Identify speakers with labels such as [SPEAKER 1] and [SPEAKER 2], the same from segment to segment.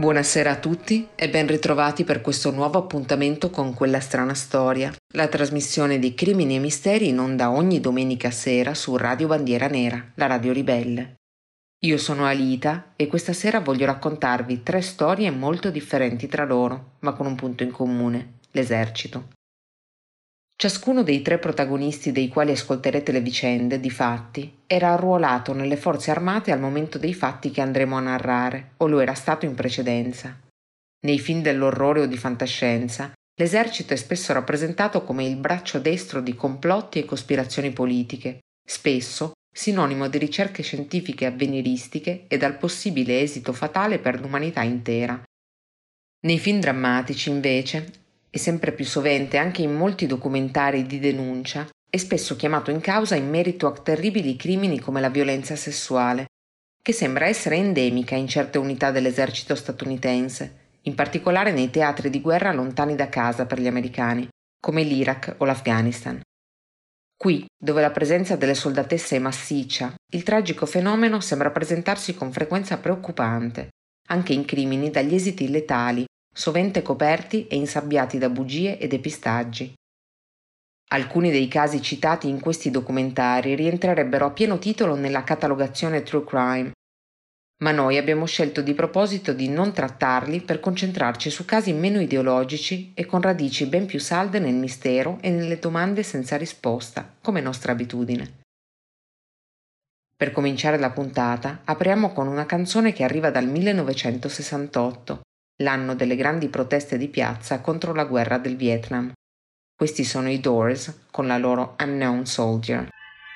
[SPEAKER 1] Buonasera a tutti e ben ritrovati per questo nuovo appuntamento con Quella strana storia, la trasmissione di crimini e misteri in onda ogni domenica sera su Radio Bandiera Nera, la radio ribelle. Io sono Alita e questa sera voglio raccontarvi 3 storie molto differenti tra loro, ma con un punto in comune, l'esercito. Ciascuno dei 3 protagonisti dei quali ascolterete le vicende, difatti, era arruolato nelle forze armate al momento dei fatti che andremo a narrare, o lo era stato in precedenza. Nei film dell'orrore o di fantascienza, l'esercito è spesso rappresentato come il braccio destro di complotti e cospirazioni politiche, spesso sinonimo di ricerche scientifiche e avveniristiche e dal possibile esito fatale per l'umanità intera. Nei film drammatici, invece, e sempre più sovente anche in molti documentari di denuncia, è spesso chiamato in causa in merito a terribili crimini come la violenza sessuale, che sembra essere endemica in certe unità dell'esercito statunitense, in particolare nei teatri di guerra lontani da casa per gli americani, come l'Iraq o l'Afghanistan. Qui, dove la presenza delle soldatesse è massiccia, il tragico fenomeno sembra presentarsi con frequenza preoccupante, anche in crimini dagli esiti letali, sovente coperti e insabbiati da bugie e depistaggi. Alcuni dei casi citati in questi documentari rientrerebbero a pieno titolo nella catalogazione True Crime, ma noi abbiamo scelto di proposito di non trattarli per concentrarci su casi meno ideologici e con radici ben più salde nel mistero e nelle domande senza risposta, come nostra abitudine. Per cominciare la puntata, apriamo con una canzone che arriva dal 1968, l'anno delle grandi proteste di piazza contro la guerra del Vietnam. Questi sono i Doors con la loro Unknown Soldier.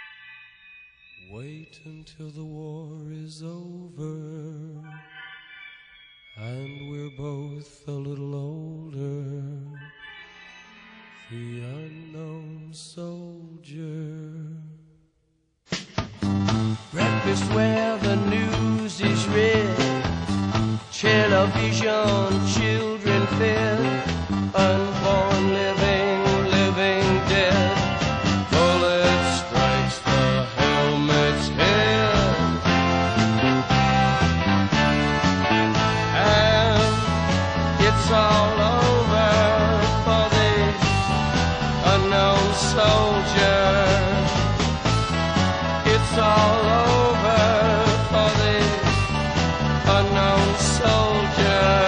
[SPEAKER 2] Wait until the war is over and we're both a little older. The unknown soldier. Breakfast where the news is read, television, children fed, unborn living, living dead. Bullet strikes the helmet's head, and it's all over for this unknown soldier. It's all over for this unknown soldier.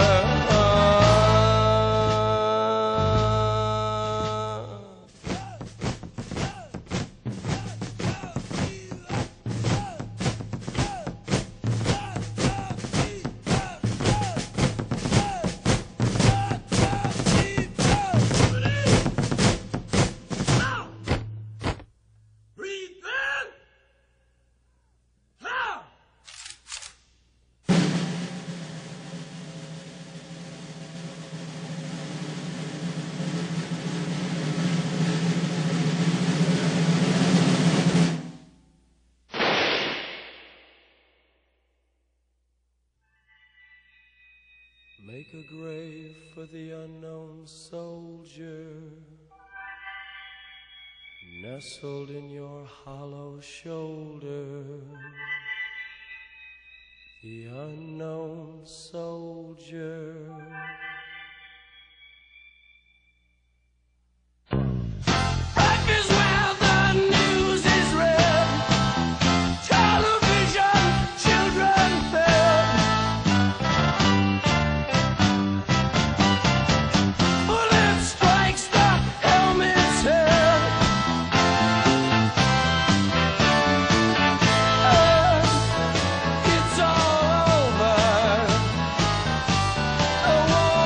[SPEAKER 2] Make a grave for the unknown soldier, nestled in your hollow shoulder. The unknown soldier.
[SPEAKER 3] The war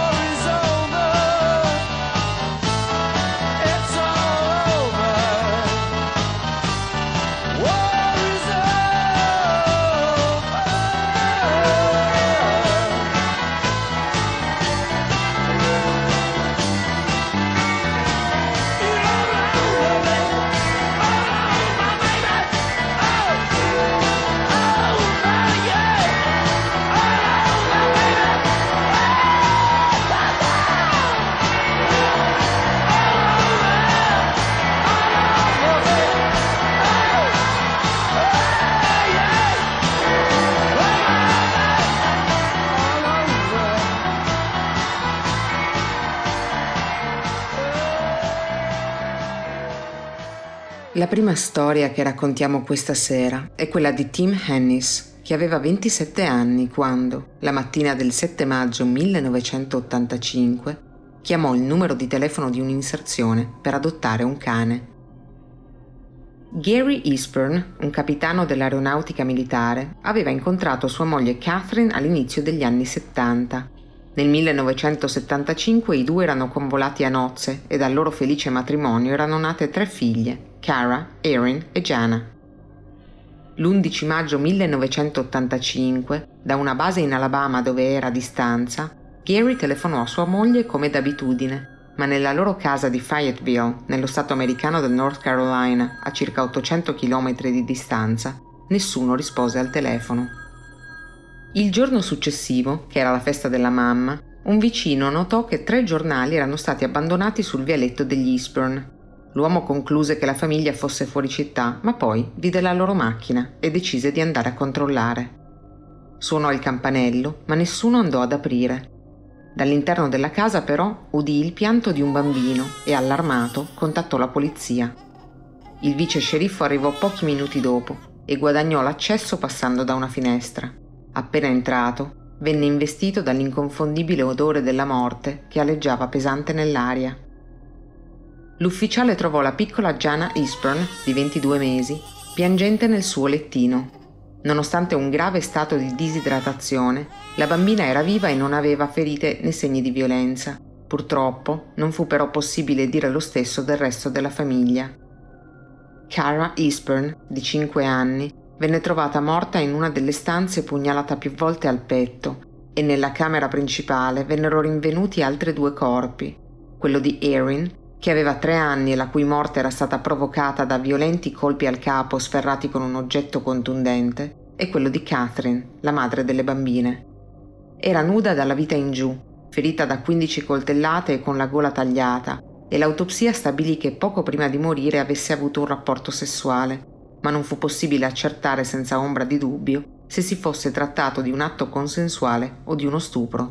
[SPEAKER 1] La prima storia che raccontiamo questa sera è quella di Tim Hennis, che aveva 27 anni quando, la mattina del 7 maggio 1985, chiamò il numero di telefono di un'inserzione per adottare un cane. Gary Eastburn, un capitano dell'aeronautica militare, aveva incontrato sua moglie Catherine all'inizio degli anni 70. Nel 1975 i due erano convolati a nozze e dal loro felice matrimonio erano nate 3 figlie, Cara, Erin e Jana. L'11 maggio 1985, da una base in Alabama dove era di stanza, Gary telefonò a sua moglie come d'abitudine, ma nella loro casa di Fayetteville, nello stato americano del North Carolina, a circa 800 km di distanza, nessuno rispose al telefono. Il giorno successivo, che era la festa della mamma, un vicino notò che 3 giornali erano stati abbandonati sul vialetto degli Eastburn. L'uomo concluse che la famiglia fosse fuori città, ma poi vide la loro macchina e decise di andare a controllare. Suonò il campanello, ma nessuno andò ad aprire. Dall'interno della casa, però, udì il pianto di un bambino e, allarmato, contattò la polizia. Il vice sceriffo arrivò pochi minuti dopo e guadagnò l'accesso passando da una finestra. Appena entrato, venne investito dall'inconfondibile odore della morte che aleggiava pesante nell'aria. L'ufficiale trovò la piccola Jana Eastburn, di 22 mesi, piangente nel suo lettino. Nonostante un grave stato di disidratazione, la bambina era viva e non aveva ferite né segni di violenza. Purtroppo, non fu però possibile dire lo stesso del resto della famiglia. Cara Eastburn, di 5 anni, venne trovata morta in una delle stanze pugnalata più volte al petto e nella camera principale vennero rinvenuti altri 2 corpi, quello di Erin, che aveva 3 anni e la cui morte era stata provocata da violenti colpi al capo sferrati con un oggetto contundente, e quello di Catherine, la madre delle bambine. Era nuda dalla vita in giù, ferita da 15 coltellate e con la gola tagliata, e l'autopsia stabilì che poco prima di morire avesse avuto un rapporto sessuale, ma non fu possibile accertare senza ombra di dubbio se si fosse trattato di un atto consensuale o di uno stupro.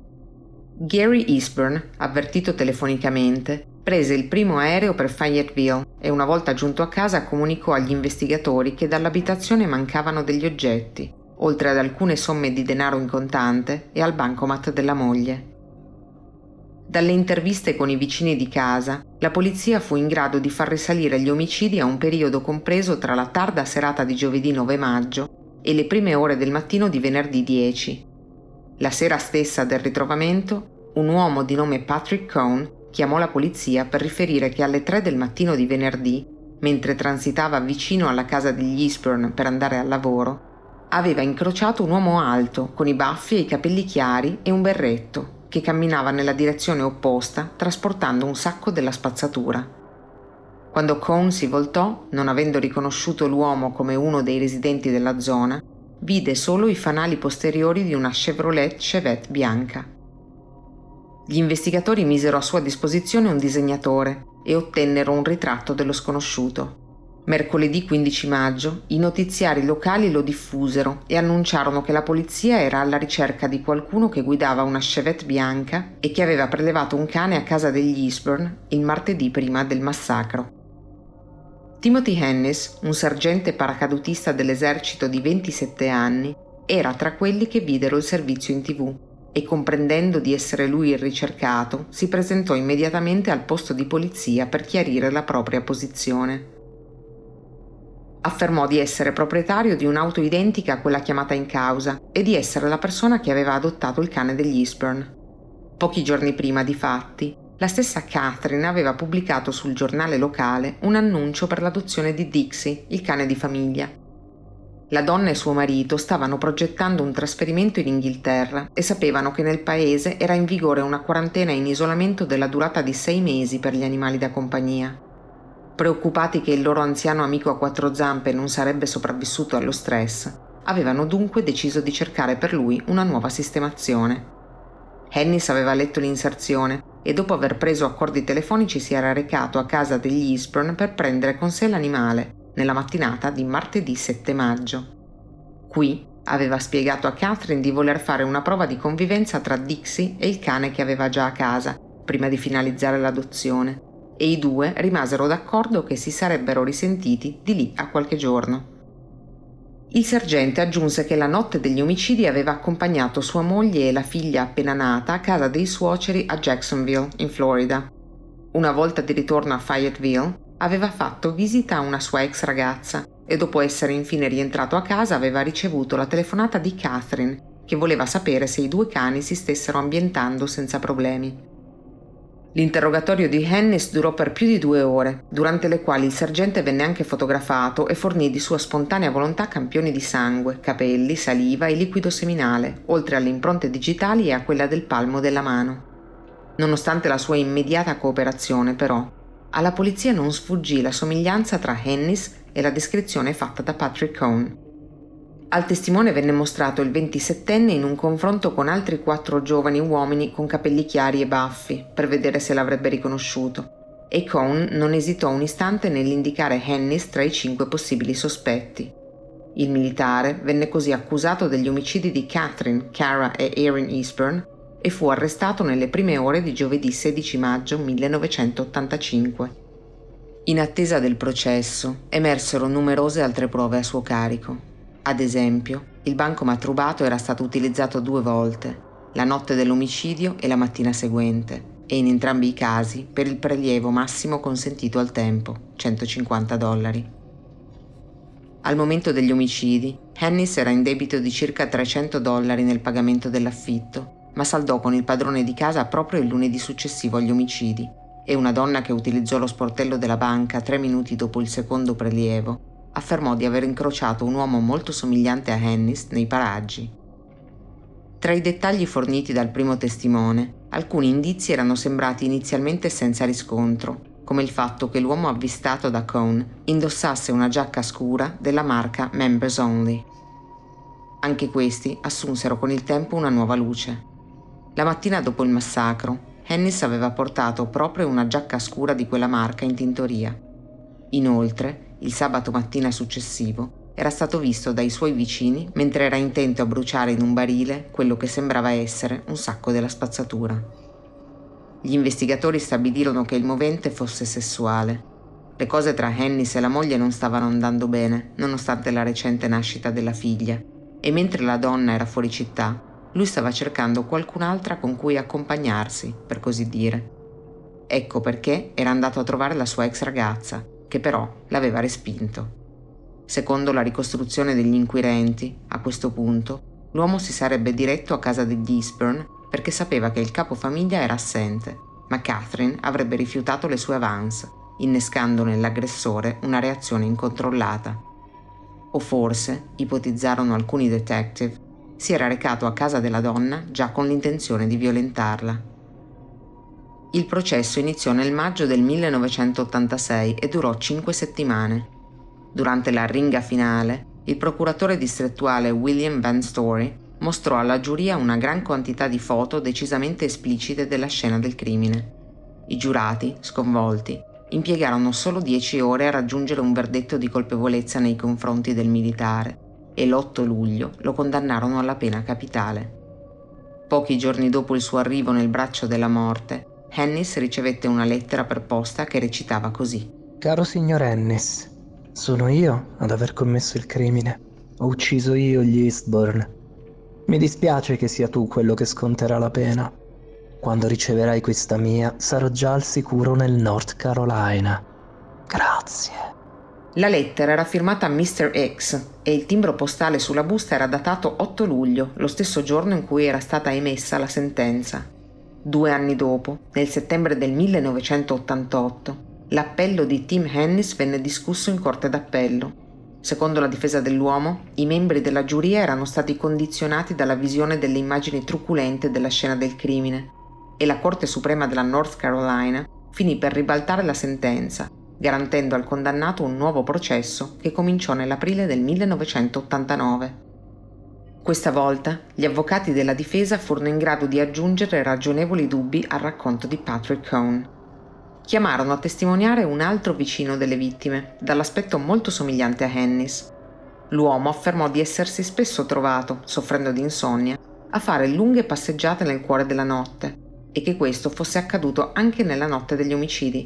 [SPEAKER 1] Gary Eastburn, avvertito telefonicamente, prese il primo aereo per Fayetteville e una volta giunto a casa comunicò agli investigatori che dall'abitazione mancavano degli oggetti, oltre ad alcune somme di denaro in contante e al bancomat della moglie. Dalle interviste con i vicini di casa, la polizia fu in grado di far risalire gli omicidi a un periodo compreso tra la tarda serata di giovedì 9 maggio e le prime ore del mattino di venerdì 10. La sera stessa del ritrovamento, un uomo di nome Patrick Cohn chiamò la polizia per riferire che alle 3 del mattino di venerdì, mentre transitava vicino alla casa degli Eastburn per andare al lavoro, aveva incrociato un uomo alto, con i baffi e i capelli chiari e un berretto, che camminava nella direzione opposta trasportando un sacco della spazzatura. Quando Cohn si voltò, non avendo riconosciuto l'uomo come uno dei residenti della zona, vide solo i fanali posteriori di una Chevrolet Chevette bianca. Gli investigatori misero a sua disposizione un disegnatore e ottennero un ritratto dello sconosciuto. Mercoledì 15 maggio i notiziari locali lo diffusero e annunciarono che la polizia era alla ricerca di qualcuno che guidava una Chevette bianca e che aveva prelevato un cane a casa degli Eastburn il martedì prima del massacro. Timothy Hennis, un sergente paracadutista dell'esercito di 27 anni, era tra quelli che videro il servizio in TV e, comprendendo di essere lui il ricercato, si presentò immediatamente al posto di polizia per chiarire la propria posizione. Affermò di essere proprietario di un'auto identica a quella chiamata in causa e di essere la persona che aveva adottato il cane degli Eastburn. Pochi giorni prima, difatti, la stessa Catherine aveva pubblicato sul giornale locale un annuncio per l'adozione di Dixie, il cane di famiglia. La donna e suo marito stavano progettando un trasferimento in Inghilterra e sapevano che nel paese era in vigore una quarantena in isolamento della durata di 6 mesi per gli animali da compagnia. Preoccupati che il loro anziano amico a 4 zampe non sarebbe sopravvissuto allo stress, avevano dunque deciso di cercare per lui una nuova sistemazione. Hennis aveva letto l'inserzione e dopo aver preso accordi telefonici si era recato a casa degli Eastburn per prendere con sé l'animale nella mattinata di martedì 7 maggio. Qui aveva spiegato a Catherine di voler fare una prova di convivenza tra Dixie e il cane che aveva già a casa, prima di finalizzare l'adozione, e i due rimasero d'accordo che si sarebbero risentiti di lì a qualche giorno. Il sergente aggiunse che la notte degli omicidi aveva accompagnato sua moglie e la figlia appena nata a casa dei suoceri a Jacksonville, in Florida. Una volta di ritorno a Fayetteville, aveva fatto visita a una sua ex ragazza e dopo essere infine rientrato a casa aveva ricevuto la telefonata di Catherine, che voleva sapere se i due cani si stessero ambientando senza problemi. L'interrogatorio di Hennis durò per più di 2 ore, durante le quali il sergente venne anche fotografato e fornì di sua spontanea volontà campioni di sangue, capelli, saliva e liquido seminale, oltre alle impronte digitali e a quella del palmo della mano. Nonostante la sua immediata cooperazione, però, alla polizia non sfuggì la somiglianza tra Hennis e la descrizione fatta da Patrick Cohn. Al testimone venne mostrato il 27enne in un confronto con altri 4 giovani uomini con capelli chiari e baffi, per vedere se l'avrebbe riconosciuto, e Cohn non esitò un istante nell'indicare Hennis tra i 5 possibili sospetti. Il militare venne così accusato degli omicidi di Catherine, Cara e Erin Eastburn e fu arrestato nelle prime ore di giovedì 16 maggio 1985. In attesa del processo, emersero numerose altre prove a suo carico. Ad esempio, il bancomat rubato era stato utilizzato 2 volte, la notte dell'omicidio e la mattina seguente, e in entrambi i casi per il prelievo massimo consentito al tempo, $150. Al momento degli omicidi, Hennis era in debito di circa $300 nel pagamento dell'affitto, ma saldò con il padrone di casa proprio il lunedì successivo agli omicidi, e una donna che utilizzò lo sportello della banca 3 minuti dopo il secondo prelievo affermò di aver incrociato un uomo molto somigliante a Hennis nei paraggi. Tra i dettagli forniti dal primo testimone, alcuni indizi erano sembrati inizialmente senza riscontro, come il fatto che l'uomo avvistato da Cohn indossasse una giacca scura della marca Members Only. Anche questi assunsero con il tempo una nuova luce. La mattina dopo il massacro, Hennis aveva portato proprio una giacca scura di quella marca in tintoria. Inoltre, il sabato mattina successivo, era stato visto dai suoi vicini mentre era intento a bruciare in un barile quello che sembrava essere un sacco della spazzatura. Gli investigatori stabilirono che il movente fosse sessuale. Le cose tra Hennis e la moglie non stavano andando bene, nonostante la recente nascita della figlia, e mentre la donna era fuori città, lui stava cercando qualcun'altra con cui accompagnarsi, per così dire. Ecco perché era andato a trovare la sua ex ragazza, che però l'aveva respinto. Secondo la ricostruzione degli inquirenti, a questo punto, l'uomo si sarebbe diretto a casa degli Eastburn perché sapeva che il capofamiglia era assente, ma Catherine avrebbe rifiutato le sue avance, innescando nell'aggressore una reazione incontrollata. O forse, ipotizzarono alcuni detective, si era recato a casa della donna già con l'intenzione di violentarla. Il processo iniziò nel maggio del 1986 e durò 5 settimane. Durante la ringa finale, il procuratore distrettuale William Van Story mostrò alla giuria una gran quantità di foto decisamente esplicite della scena del crimine. I giurati, sconvolti, impiegarono solo 10 ore a raggiungere un verdetto di colpevolezza nei confronti del militare e l'8 luglio lo condannarono alla pena capitale. Pochi giorni dopo il suo arrivo nel braccio della morte, Hennis ricevette una lettera per posta che recitava così:
[SPEAKER 3] Caro signor Hennis, sono io ad aver commesso il crimine. Ho ucciso io gli Eastburn. Mi dispiace che sia tu quello che sconterà la pena. Quando riceverai questa mia, sarò già al sicuro nel North Carolina. Grazie.
[SPEAKER 1] La lettera era firmata Mr. X e il timbro postale sulla busta era datato 8 luglio, lo stesso giorno in cui era stata emessa la sentenza. 2 anni dopo, nel settembre del 1988, l'appello di Tim Hennis venne discusso in corte d'appello. Secondo la difesa dell'uomo, i membri della giuria erano stati condizionati dalla visione delle immagini truculente della scena del crimine e la Corte Suprema della North Carolina finì per ribaltare la sentenza, garantendo al condannato un nuovo processo che cominciò nell'aprile del 1989. Questa volta gli avvocati della difesa furono in grado di aggiungere ragionevoli dubbi al racconto di Patrick Cohn. Chiamarono a testimoniare un altro vicino delle vittime, dall'aspetto molto somigliante a Hennis. L'uomo affermò di essersi spesso trovato, soffrendo di insonnia, a fare lunghe passeggiate nel cuore della notte e che questo fosse accaduto anche nella notte degli omicidi.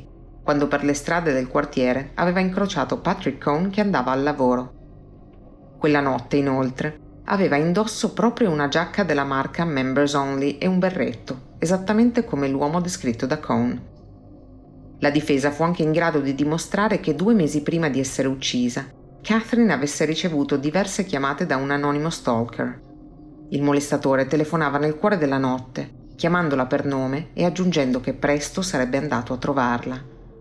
[SPEAKER 1] quando per le strade del quartiere aveva incrociato Patrick Cohn che andava al lavoro. Quella notte, inoltre, aveva indosso proprio una giacca della marca Members Only e un berretto, esattamente come l'uomo descritto da Cohn. La difesa fu anche in grado di dimostrare che 2 mesi prima di essere uccisa, Catherine avesse ricevuto diverse chiamate da un anonimo stalker. Il molestatore telefonava nel cuore della notte, chiamandola per nome e aggiungendo che presto sarebbe andato a trovarla.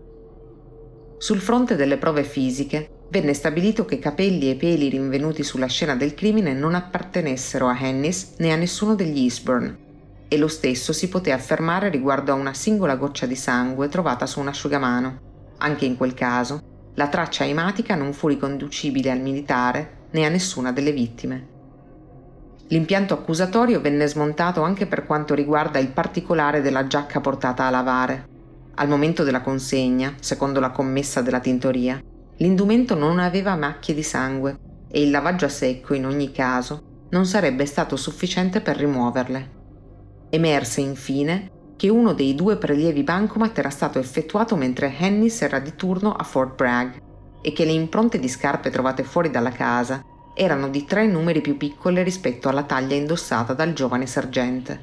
[SPEAKER 1] Sul fronte delle prove fisiche, venne stabilito che capelli e peli rinvenuti sulla scena del crimine non appartenessero a Hennis né a nessuno degli Eastbourne, e lo stesso si poté affermare riguardo a una singola goccia di sangue trovata su un asciugamano. Anche in quel caso, la traccia ematica non fu riconducibile al militare né a nessuna delle vittime. L'impianto accusatorio venne smontato anche per quanto riguarda il particolare della giacca portata a lavare. Al momento della consegna, secondo la commessa della tintoria, l'indumento non aveva macchie di sangue e il lavaggio a secco, in ogni caso, non sarebbe stato sufficiente per rimuoverle. Emerse infine che uno dei 2 prelievi bancomat era stato effettuato mentre Hennis era di turno a Fort Bragg e che le impronte di scarpe trovate fuori dalla casa erano di 3 numeri più piccole rispetto alla taglia indossata dal giovane sergente.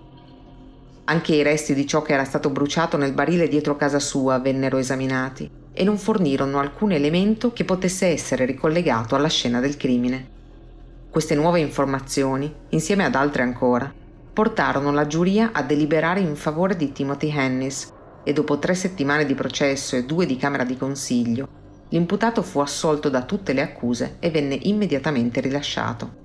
[SPEAKER 1] Anche i resti di ciò che era stato bruciato nel barile dietro casa sua vennero esaminati e non fornirono alcun elemento che potesse essere ricollegato alla scena del crimine. Queste nuove informazioni, insieme ad altre ancora, portarono la giuria a deliberare in favore di Timothy Hennis e dopo 3 settimane di processo e 2 di camera di consiglio, l'imputato fu assolto da tutte le accuse e venne immediatamente rilasciato.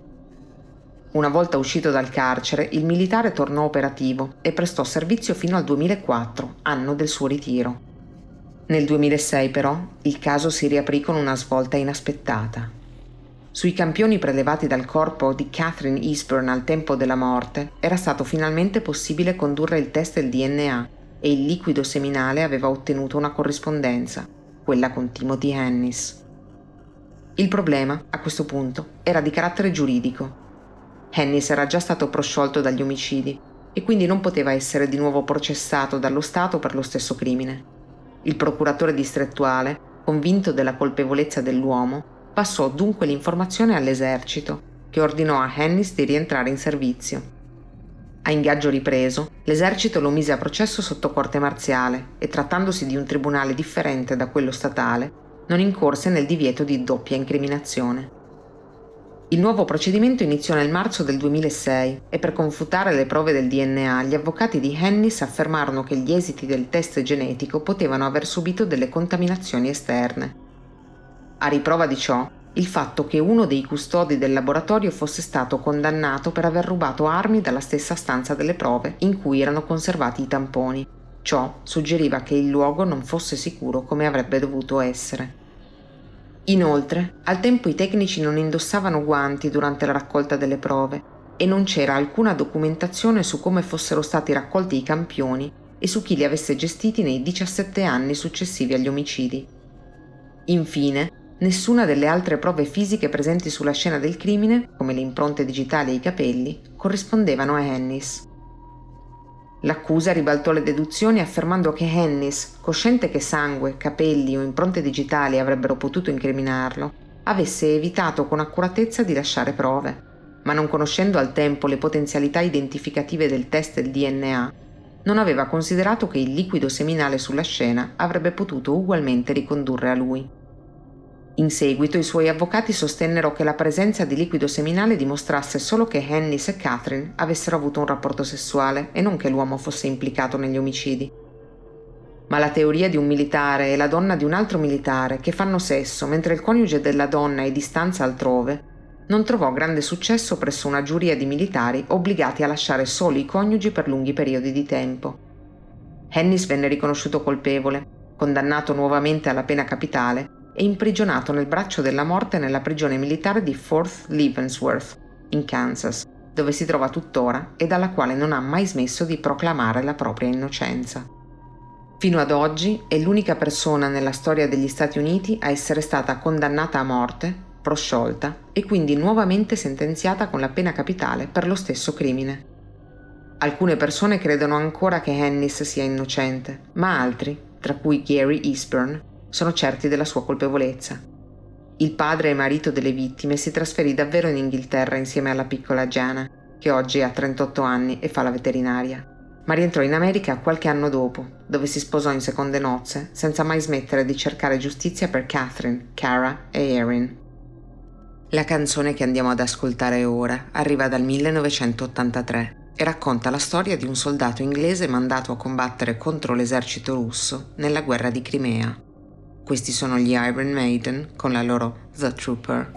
[SPEAKER 1] Una volta uscito dal carcere, il militare tornò operativo e prestò servizio fino al 2004, anno del suo ritiro. Nel 2006, però, il caso si riaprì con una svolta inaspettata. Sui campioni prelevati dal corpo di Catherine Eastbourne al tempo della morte era stato finalmente possibile condurre il test del DNA e il liquido seminale aveva ottenuto una corrispondenza, quella con Timothy Hennis. Il problema, a questo punto, era di carattere giuridico. Hennis era già stato prosciolto dagli omicidi e quindi non poteva essere di nuovo processato dallo Stato per lo stesso crimine. Il procuratore distrettuale, convinto della colpevolezza dell'uomo, passò dunque l'informazione all'esercito, che ordinò a Hennis di rientrare in servizio. A ingaggio ripreso, l'esercito lo mise a processo sotto corte marziale e, trattandosi di un tribunale differente da quello statale, non incorse nel divieto di doppia incriminazione. Il nuovo procedimento iniziò nel marzo del 2006 e per confutare le prove del DNA gli avvocati di Hennis affermarono che gli esiti del test genetico potevano aver subito delle contaminazioni esterne. A riprova di ciò, il fatto che uno dei custodi del laboratorio fosse stato condannato per aver rubato armi dalla stessa stanza delle prove in cui erano conservati i tamponi. Ciò suggeriva che il luogo non fosse sicuro come avrebbe dovuto essere. Inoltre, al tempo i tecnici non indossavano guanti durante la raccolta delle prove e non c'era alcuna documentazione su come fossero stati raccolti i campioni e su chi li avesse gestiti nei 17 anni successivi agli omicidi. Infine, nessuna delle altre prove fisiche presenti sulla scena del crimine, come le impronte digitali e i capelli, corrispondevano a Hennis. L'accusa ribaltò le deduzioni affermando che Hennis, cosciente che sangue, capelli o impronte digitali avrebbero potuto incriminarlo, avesse evitato con accuratezza di lasciare prove, ma non conoscendo al tempo le potenzialità identificative del test del DNA, non aveva considerato che il liquido seminale sulla scena avrebbe potuto ugualmente ricondurre a lui. In seguito i suoi avvocati sostennero che la presenza di liquido seminale dimostrasse solo che Hennis e Catherine avessero avuto un rapporto sessuale e non che l'uomo fosse implicato negli omicidi. Ma la teoria di un militare e la donna di un altro militare che fanno sesso mentre il coniuge della donna è di stanza altrove non trovò grande successo presso una giuria di militari obbligati a lasciare soli i coniugi per lunghi periodi di tempo. Hennis venne riconosciuto colpevole, condannato nuovamente alla pena capitale e imprigionato nel braccio della morte nella prigione militare di Fort Leavenworth, in Kansas, dove si trova tuttora e dalla quale non ha mai smesso di proclamare la propria innocenza. Fino ad oggi è l'unica persona nella storia degli Stati Uniti a essere stata condannata a morte, prosciolta e quindi nuovamente sentenziata con la pena capitale per lo stesso crimine. Alcune persone credono ancora che Hennis sia innocente, ma altri, tra cui Gary Eastburn, sono certi della sua colpevolezza. Il padre e marito delle vittime si trasferì davvero in Inghilterra insieme alla piccola Jana, che oggi ha 38 anni e fa la veterinaria, ma rientrò in America qualche anno dopo, dove si sposò in seconde nozze, senza mai smettere di cercare giustizia per Catherine, Cara e Erin. La canzone che andiamo ad ascoltare ora arriva dal 1983 e racconta la storia di un soldato inglese mandato a combattere contro l'esercito russo nella guerra di Crimea. Questi sono gli Iron Maiden con la loro The Trooper.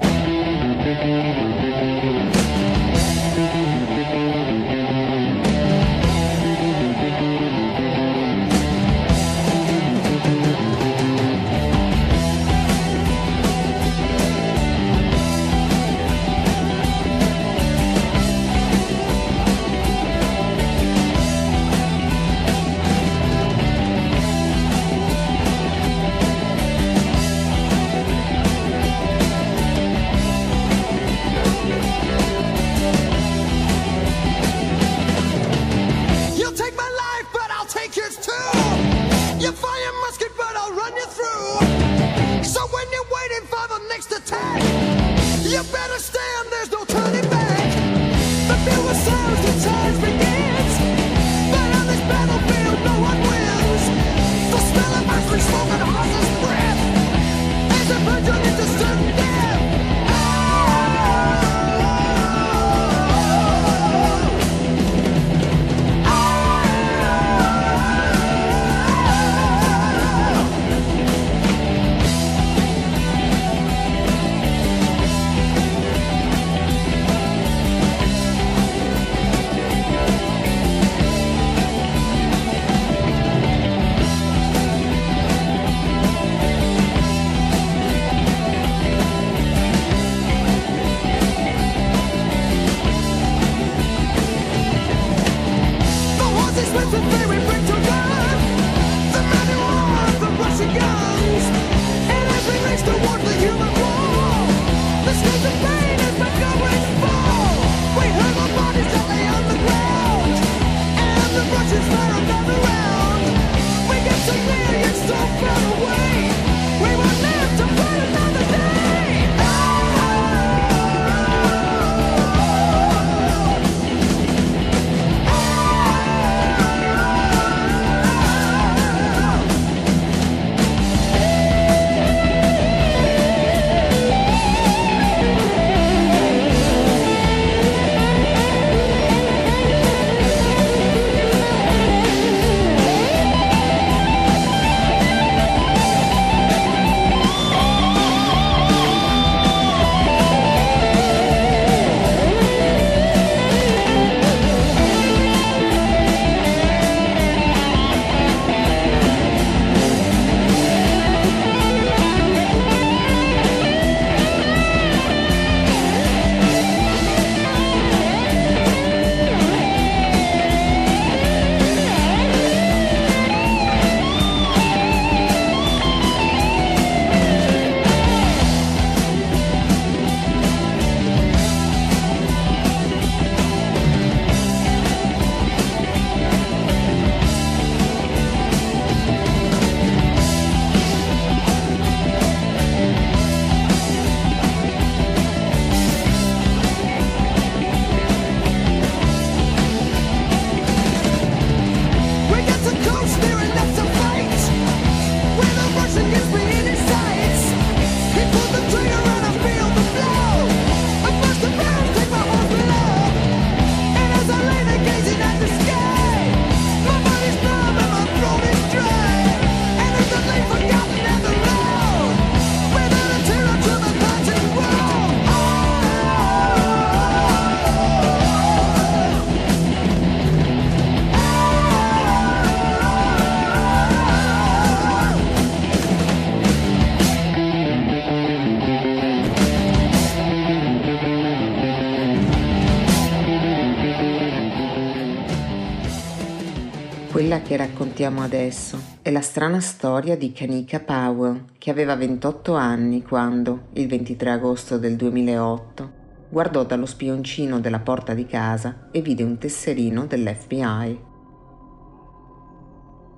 [SPEAKER 1] Quella che raccontiamo adesso è la strana storia di Kanika Powell, che aveva 28 anni quando, il 23 agosto del 2008, guardò dallo spioncino della porta di casa e vide un tesserino dell'FBI.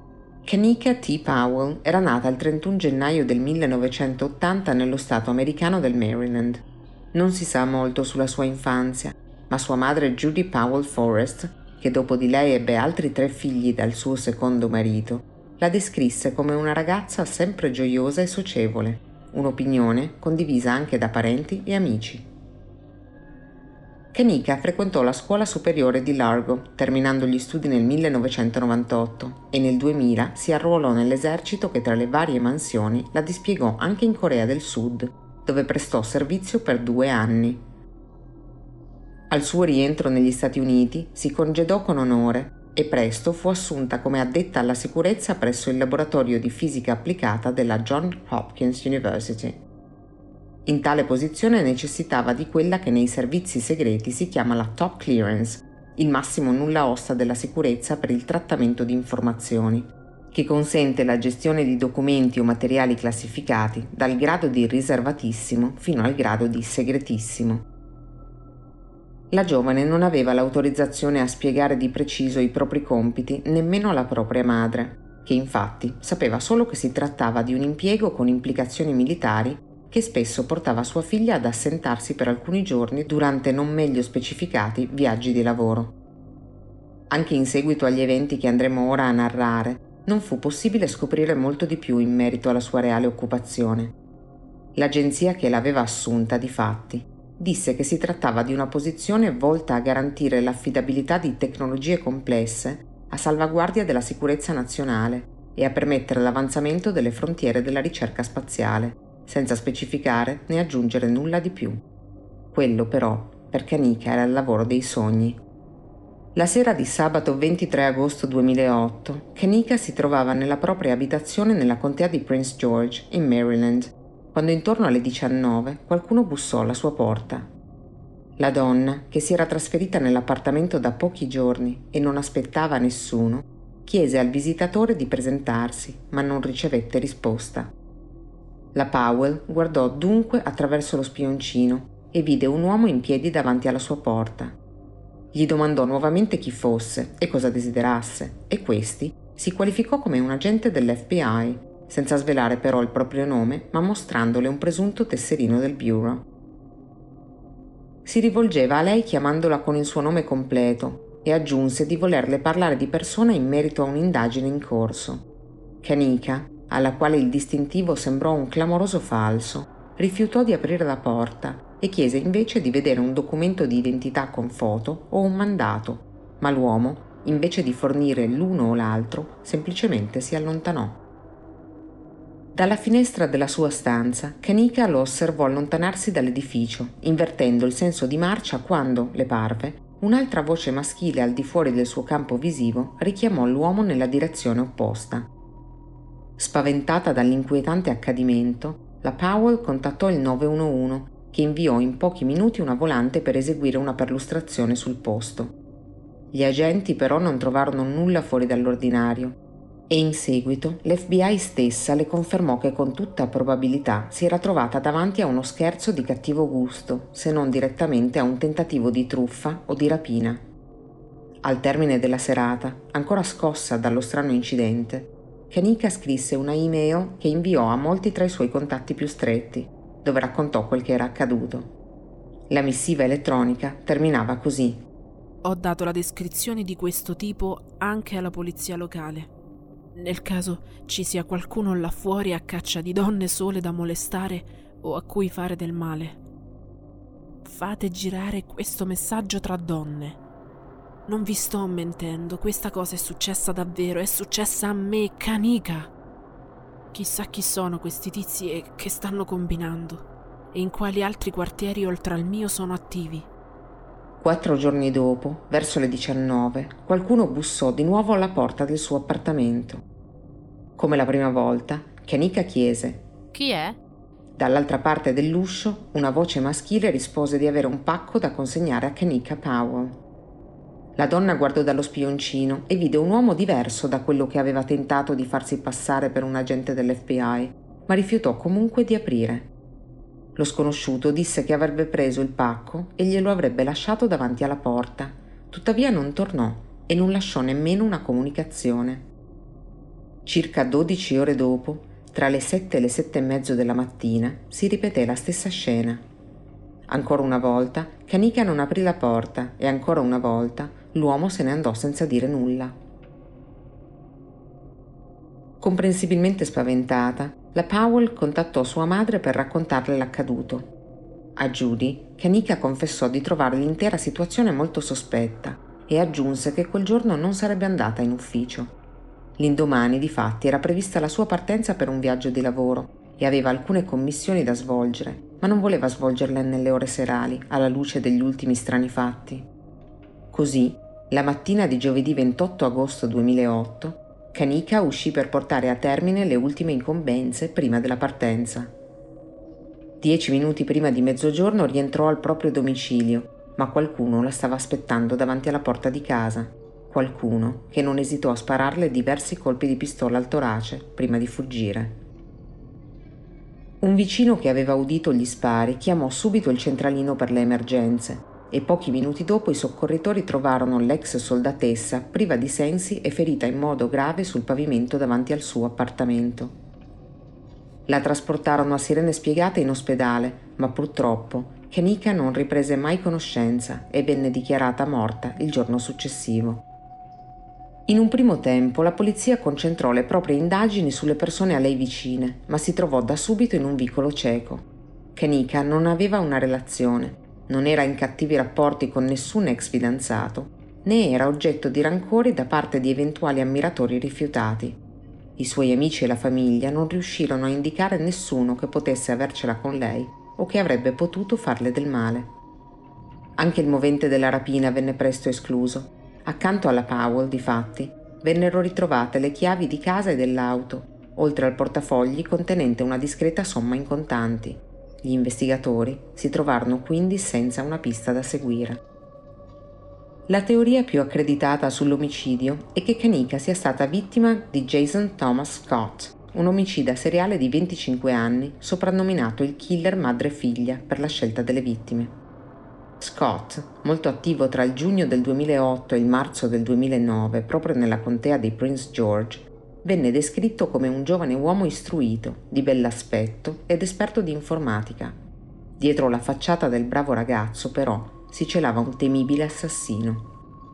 [SPEAKER 1] Kanika T. Powell era nata il 31 gennaio del 1980 nello stato americano del Maryland. Non si sa molto sulla sua infanzia, ma sua madre Judy Powell Forrest, che dopo di lei ebbe altri 3 figli dal suo secondo marito, la descrisse come una ragazza sempre gioiosa e socievole, un'opinione condivisa anche da parenti e amici. Kanika frequentò la scuola superiore di Largo, terminando gli studi nel 1998, e nel 2000 si arruolò nell'esercito che tra le varie mansioni la dispiegò anche in Corea del Sud, dove prestò servizio per 2 anni. Al suo rientro negli Stati Uniti si congedò con onore e presto fu assunta come addetta alla sicurezza presso il laboratorio di fisica applicata della Johns Hopkins University. In tale posizione necessitava di quella che nei servizi segreti si chiama la top clearance, il massimo nulla osta della sicurezza per il trattamento di informazioni, che consente la gestione di documenti o materiali classificati dal grado di riservatissimo fino al grado di segretissimo. La giovane non aveva l'autorizzazione a spiegare di preciso i propri compiti nemmeno alla propria madre, che infatti sapeva solo che si trattava di un impiego con implicazioni militari che spesso portava sua figlia ad assentarsi per alcuni giorni durante non meglio specificati viaggi di lavoro. Anche in seguito agli eventi che andremo ora a narrare, non fu possibile scoprire molto di più in merito alla sua reale occupazione. L'agenzia che l'aveva assunta, difatti, disse che si trattava di una posizione volta a garantire l'affidabilità di tecnologie complesse a salvaguardia della sicurezza nazionale e a permettere l'avanzamento delle frontiere della ricerca spaziale, senza specificare né aggiungere nulla di più. Quello però, per Kanika, era il lavoro dei sogni. La sera di sabato 23 agosto 2008, Kanika si trovava nella propria abitazione nella contea di Prince George, in Maryland, quando intorno alle 19 qualcuno bussò alla sua porta. La donna, che si era trasferita nell'appartamento da pochi giorni e non aspettava nessuno, chiese al visitatore di presentarsi, ma non ricevette risposta. La Powell guardò dunque attraverso lo spioncino e vide un uomo in piedi davanti alla sua porta. Gli domandò nuovamente chi fosse e cosa desiderasse, e questi si qualificò come un agente dell'FBI, senza svelare però il proprio nome, ma mostrandole un presunto tesserino del bureau. Si rivolgeva a lei chiamandola con il suo nome completo e aggiunse di volerle parlare di persona in merito a un'indagine in corso. Kanika, alla quale il distintivo sembrò un clamoroso falso, rifiutò di aprire la porta e chiese invece di vedere un documento di identità con foto o un mandato, ma l'uomo, invece di fornire l'uno o l'altro, semplicemente si allontanò. Dalla finestra della sua stanza, Kanika lo osservò allontanarsi dall'edificio, invertendo il senso di marcia quando, le parve, un'altra voce maschile al di fuori del suo campo visivo richiamò l'uomo nella direzione opposta. Spaventata dall'inquietante accadimento, la Powell contattò il 911, che inviò in pochi minuti una volante per eseguire una perlustrazione sul posto. Gli agenti però non trovarono nulla fuori dall'ordinario e in seguito l'FBI stessa le confermò che con tutta probabilità si era trovata davanti a uno scherzo di cattivo gusto, se non direttamente a un tentativo di truffa o di rapina. Al termine della serata, ancora scossa dallo strano incidente, Kanika scrisse una email che inviò a molti tra i suoi contatti più stretti, dove raccontò quel che era accaduto. La missiva elettronica terminava così:
[SPEAKER 4] Ho dato la descrizione di questo tipo anche alla polizia locale. Nel caso ci sia qualcuno là fuori a caccia di donne sole da molestare o a cui fare del male, fate girare questo messaggio tra donne. Non vi sto mentendo, questa cosa è successa davvero, è successa a me, Kanika. Chissà chi sono questi tizi e che stanno combinando, e in quali altri quartieri oltre al mio sono attivi.
[SPEAKER 1] 4 giorni dopo, verso le 19, qualcuno bussò di nuovo alla porta del suo appartamento. Come la prima volta, Kanika chiese:
[SPEAKER 5] Chi è?
[SPEAKER 1] Dall'altra parte dell'uscio, una voce maschile rispose di avere un pacco da consegnare a Kanika Powell. La donna guardò dallo spioncino e vide un uomo diverso da quello che aveva tentato di farsi passare per un agente dell'FBI, ma rifiutò comunque di aprire. Lo sconosciuto disse che avrebbe preso il pacco e glielo avrebbe lasciato davanti alla porta, tuttavia non tornò e non lasciò nemmeno una comunicazione. Circa 12 ore dopo, tra le 7 e le 7:30 della mattina, si ripeté la stessa scena. Ancora una volta, Kanika non aprì la porta e ancora una volta l'uomo se ne andò senza dire nulla. Comprensibilmente spaventata, la Powell contattò sua madre per raccontarle l'accaduto. A Judy, Kanika confessò di trovare l'intera situazione molto sospetta e aggiunse che quel giorno non sarebbe andata in ufficio. L'indomani, difatti, era prevista la sua partenza per un viaggio di lavoro e aveva alcune commissioni da svolgere, ma non voleva svolgerle nelle ore serali, alla luce degli ultimi strani fatti. Così, la mattina di giovedì 28 agosto 2008, Kanika uscì per portare a termine le ultime incombenze prima della partenza. 10 minuti prima di mezzogiorno rientrò al proprio domicilio, ma qualcuno la stava aspettando davanti alla porta di casa. Qualcuno che non esitò a spararle diversi colpi di pistola al torace prima di fuggire. Un vicino che aveva udito gli spari chiamò subito il centralino per le emergenze e pochi minuti dopo i soccorritori trovarono l'ex soldatessa priva di sensi e ferita in modo grave sul pavimento davanti al suo appartamento. La trasportarono a sirene spiegate in ospedale, ma purtroppo Kanika non riprese mai conoscenza e venne dichiarata morta il giorno successivo. In un primo tempo la polizia concentrò le proprie indagini sulle persone a lei vicine, ma si trovò da subito in un vicolo cieco. Kanika non aveva una relazione, non era in cattivi rapporti con nessun ex fidanzato, né era oggetto di rancori da parte di eventuali ammiratori rifiutati. I suoi amici e la famiglia non riuscirono a indicare nessuno che potesse avercela con lei o che avrebbe potuto farle del male. Anche il movente della rapina venne presto escluso. Accanto alla Powell, difatti, vennero ritrovate le chiavi di casa e dell'auto, oltre al portafogli contenente una discreta somma in contanti. Gli investigatori si trovarono quindi senza una pista da seguire. La teoria più accreditata sull'omicidio è che Kanika sia stata vittima di Jason Thomas Scott, un omicida seriale di 25 anni, soprannominato il killer madre-figlia per la scelta delle vittime. Scott, molto attivo tra il giugno del 2008 e il marzo del 2009 proprio nella contea di Prince George, venne descritto come un giovane uomo istruito, di bell'aspetto ed esperto di informatica. Dietro la facciata del bravo ragazzo, però, si celava un temibile assassino.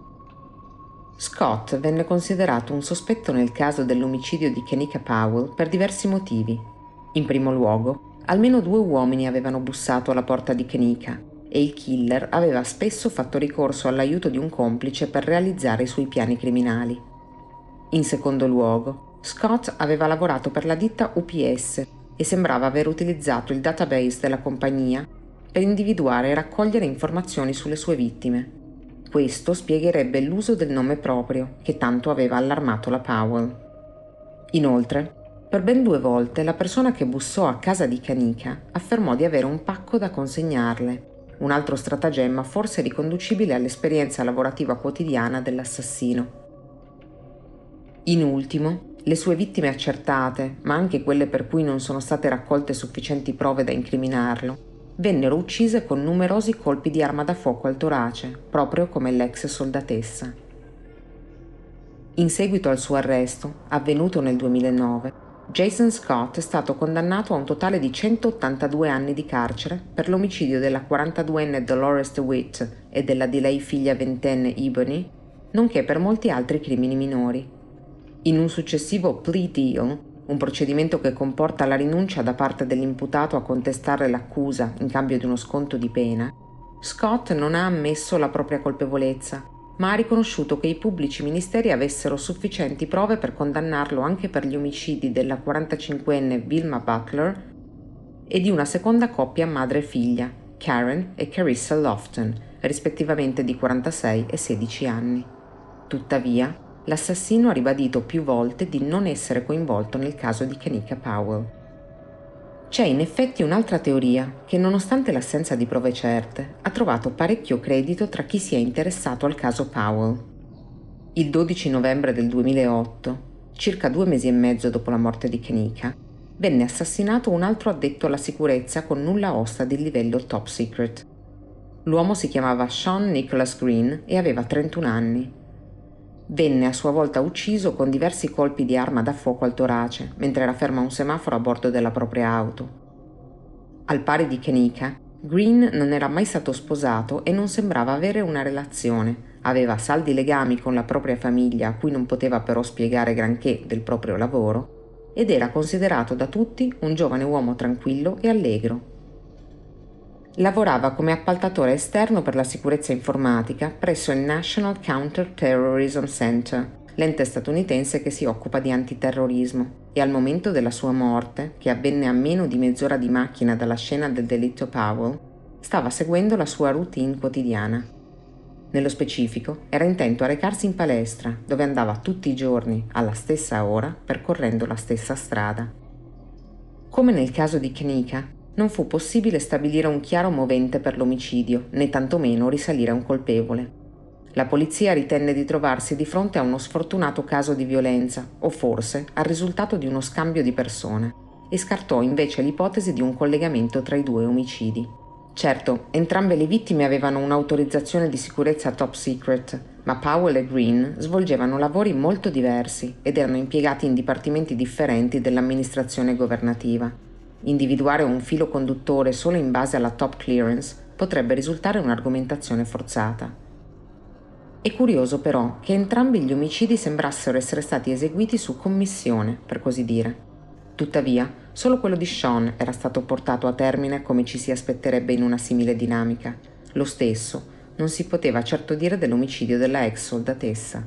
[SPEAKER 1] Scott venne considerato un sospetto nel caso dell'omicidio di Kanika Powell per diversi motivi. In primo luogo, almeno 2 uomini avevano bussato alla porta di Kanika e il killer aveva spesso fatto ricorso all'aiuto di un complice per realizzare i suoi piani criminali. In secondo luogo, Scott aveva lavorato per la ditta UPS e sembrava aver utilizzato il database della compagnia per individuare e raccogliere informazioni sulle sue vittime. Questo spiegherebbe l'uso del nome proprio, che tanto aveva allarmato la Powell. Inoltre, per ben 2 volte la persona che bussò a casa di Kanika affermò di avere un pacco da consegnarle, un altro stratagemma forse riconducibile all'esperienza lavorativa quotidiana dell'assassino. In ultimo, le sue vittime accertate, ma anche quelle per cui non sono state raccolte sufficienti prove da incriminarlo, vennero uccise con numerosi colpi di arma da fuoco al torace, proprio come l'ex soldatessa. In seguito al suo arresto, avvenuto nel 2009, Jason Scott è stato condannato a un totale di 182 anni di carcere per l'omicidio della 42enne Dolores DeWitt e della di lei figlia 20enne Ebony, nonché per molti altri crimini minori. In un successivo plea deal, un procedimento che comporta la rinuncia da parte dell'imputato a contestare l'accusa in cambio di uno sconto di pena, Scott non ha ammesso la propria colpevolezza, ma ha riconosciuto che i pubblici ministeri avessero sufficienti prove per condannarlo anche per gli omicidi della 45enne Vilma Butler e di una seconda coppia madre e figlia, Karen e Carissa Lofton, rispettivamente di 46 e 16 anni. Tuttavia, l'assassino ha ribadito più volte di non essere coinvolto nel caso di Kanika Powell. C'è in effetti un'altra teoria che, nonostante l'assenza di prove certe, ha trovato parecchio credito tra chi si è interessato al caso Powell. Il 12 novembre del 2008, circa 2 mesi e mezzo dopo la morte di Kanika, venne assassinato un altro addetto alla sicurezza con nulla osta di livello top secret. L'uomo si chiamava Sean Nicholas Green e aveva 31 anni. Venne a sua volta ucciso con diversi colpi di arma da fuoco al torace, mentre era fermo a un semaforo a bordo della propria auto. Al pari di Kenika, Green non era mai stato sposato e non sembrava avere una relazione. Aveva saldi legami con la propria famiglia, a cui non poteva però spiegare granché del proprio lavoro, ed era considerato da tutti un giovane uomo tranquillo e allegro. Lavorava come appaltatore esterno per la sicurezza informatica presso il National Counter-Terrorism Center, l'ente statunitense che si occupa di antiterrorismo, e al momento della sua morte, che avvenne a meno di mezz'ora di macchina dalla scena del delitto Powell, stava seguendo la sua routine quotidiana. Nello specifico, era intento a recarsi in palestra, dove andava tutti i giorni, alla stessa ora, percorrendo la stessa strada. Come nel caso di Kenika, non fu possibile stabilire un chiaro movente per l'omicidio, né tantomeno risalire a un colpevole. La polizia ritenne di trovarsi di fronte a uno sfortunato caso di violenza, o forse al risultato di uno scambio di persone, e scartò invece l'ipotesi di un collegamento tra i due omicidi. Certo, entrambe le vittime avevano un'autorizzazione di sicurezza top secret, ma Powell e Green svolgevano lavori molto diversi ed erano impiegati in dipartimenti differenti dell'amministrazione governativa. Individuare un filo conduttore solo in base alla top clearance potrebbe risultare un'argomentazione forzata. È curioso però che entrambi gli omicidi sembrassero essere stati eseguiti su commissione, per così dire. Tuttavia, solo quello di Sean era stato portato a termine come ci si aspetterebbe in una simile dinamica. Lo stesso non si poteva certo dire dell'omicidio della ex soldatessa.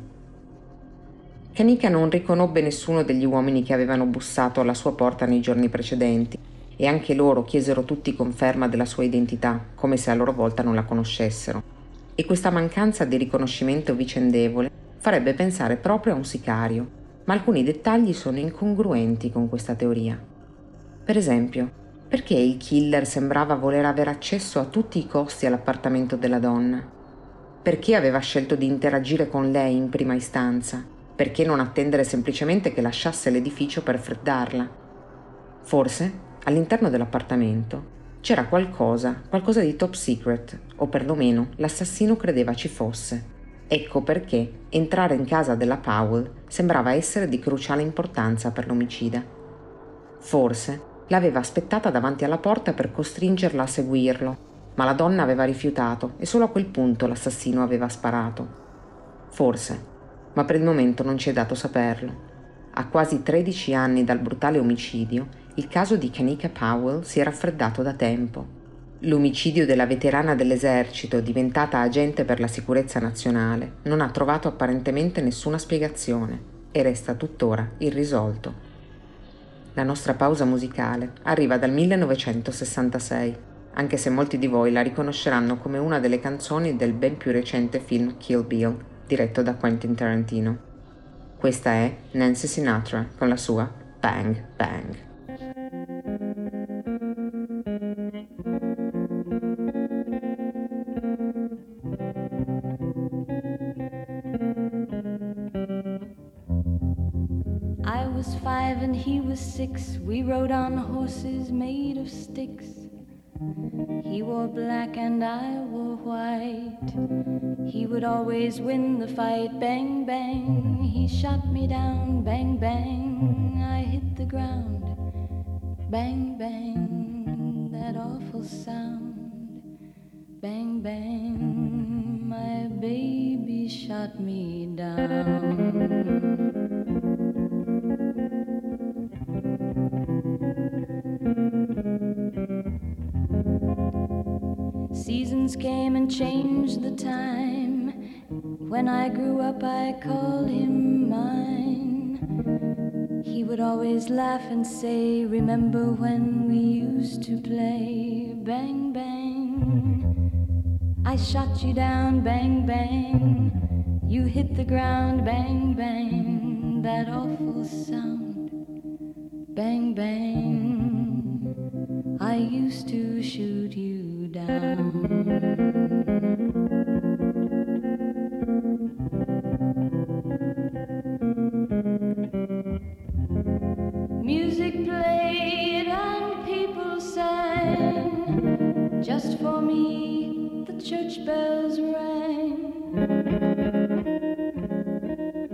[SPEAKER 1] Kenika non riconobbe nessuno degli uomini che avevano bussato alla sua porta nei giorni precedenti, e anche loro chiesero tutti conferma della sua identità, come se a loro volta non la conoscessero. E questa mancanza di riconoscimento vicendevole farebbe pensare proprio a un sicario, ma alcuni dettagli sono incongruenti con questa teoria. Per esempio, perché il killer sembrava voler avere accesso a tutti i costi all'appartamento della donna? Perché aveva scelto di interagire con lei in prima istanza? Perché non attendere semplicemente che lasciasse l'edificio per freddarla? Forse, all'interno dell'appartamento, c'era qualcosa di top secret, o perlomeno l'assassino credeva ci fosse. Ecco perché entrare in casa della Powell sembrava essere di cruciale importanza per l'omicida. Forse l'aveva aspettata davanti alla porta per costringerla a seguirlo, ma la donna aveva rifiutato e solo a quel punto l'assassino aveva sparato. Forse, ma per il momento non ci è dato saperlo. A quasi 13 anni dal brutale omicidio, il caso di Kenika Powell si è raffreddato da tempo. L'omicidio della veterana dell'esercito, diventata agente per la sicurezza nazionale, non ha trovato apparentemente nessuna spiegazione e resta tuttora irrisolto. La nostra pausa musicale arriva dal 1966, anche se molti di voi la riconosceranno come una delle canzoni del ben più recente film Kill Bill, diretto da Quentin Tarantino. Questa è Nancy Sinatra con la sua Bang Bang.
[SPEAKER 5] I was 5 and he was 6. We rode on horses made of sticks. He wore black and I wore white. He would always win the fight. Bang, bang, he shot me down. Bang, bang, I hit the ground. Bang, bang, that awful sound. Bang, bang, my baby shot me down. Seasons came and changed the time. When I grew up I called him mine. He would always laugh and say, remember when we used to play? Bang, bang, I shot you down. Bang, bang, you hit the ground. Bang, bang, that awful sound. Bang, bang, I used to shoot you down. Music played and people sang. Just for me the church bells rang.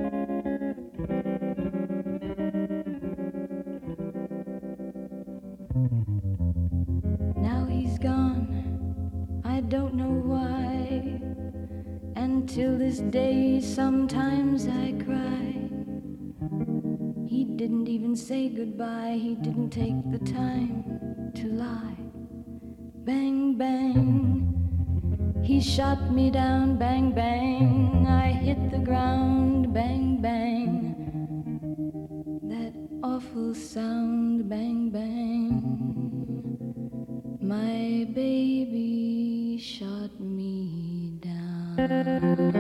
[SPEAKER 5] don't know why. And till this day sometimes I cry. He didn't even say goodbye, he didn't take the time to lie. Bang, bang, he shot me down, bang, bang, I hit the ground, bang, bang, that awful sound, bang, bang, my baby shot me down.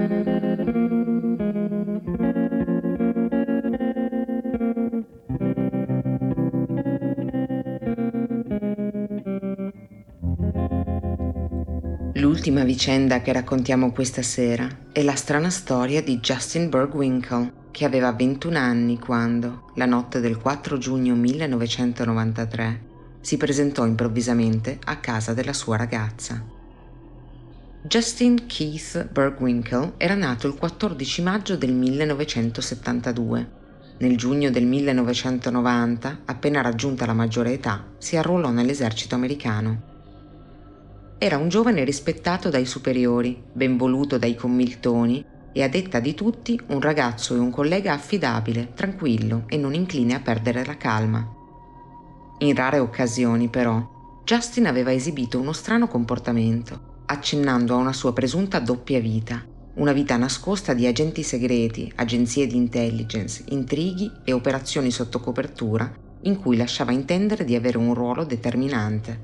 [SPEAKER 1] L'ultima vicenda che raccontiamo questa sera è la strana storia di Justin Burwinkle, che aveva 21 anni quando, la notte del 4 giugno 1993, si presentò improvvisamente a casa della sua ragazza. Justin Keith Burwinkle era nato il 14 maggio del 1972. Nel giugno del 1990, appena raggiunta la maggiore età, si arruolò nell'esercito americano. Era un giovane rispettato dai superiori, ben voluto dai commiltoni e, a detta di tutti, un ragazzo e un collega affidabile, tranquillo e non incline a perdere la calma. In rare occasioni, però, Justin aveva esibito uno strano comportamento, accennando a una sua presunta doppia vita, una vita nascosta di agenti segreti, agenzie di intelligence, intrighi e operazioni sotto copertura in cui lasciava intendere di avere un ruolo determinante.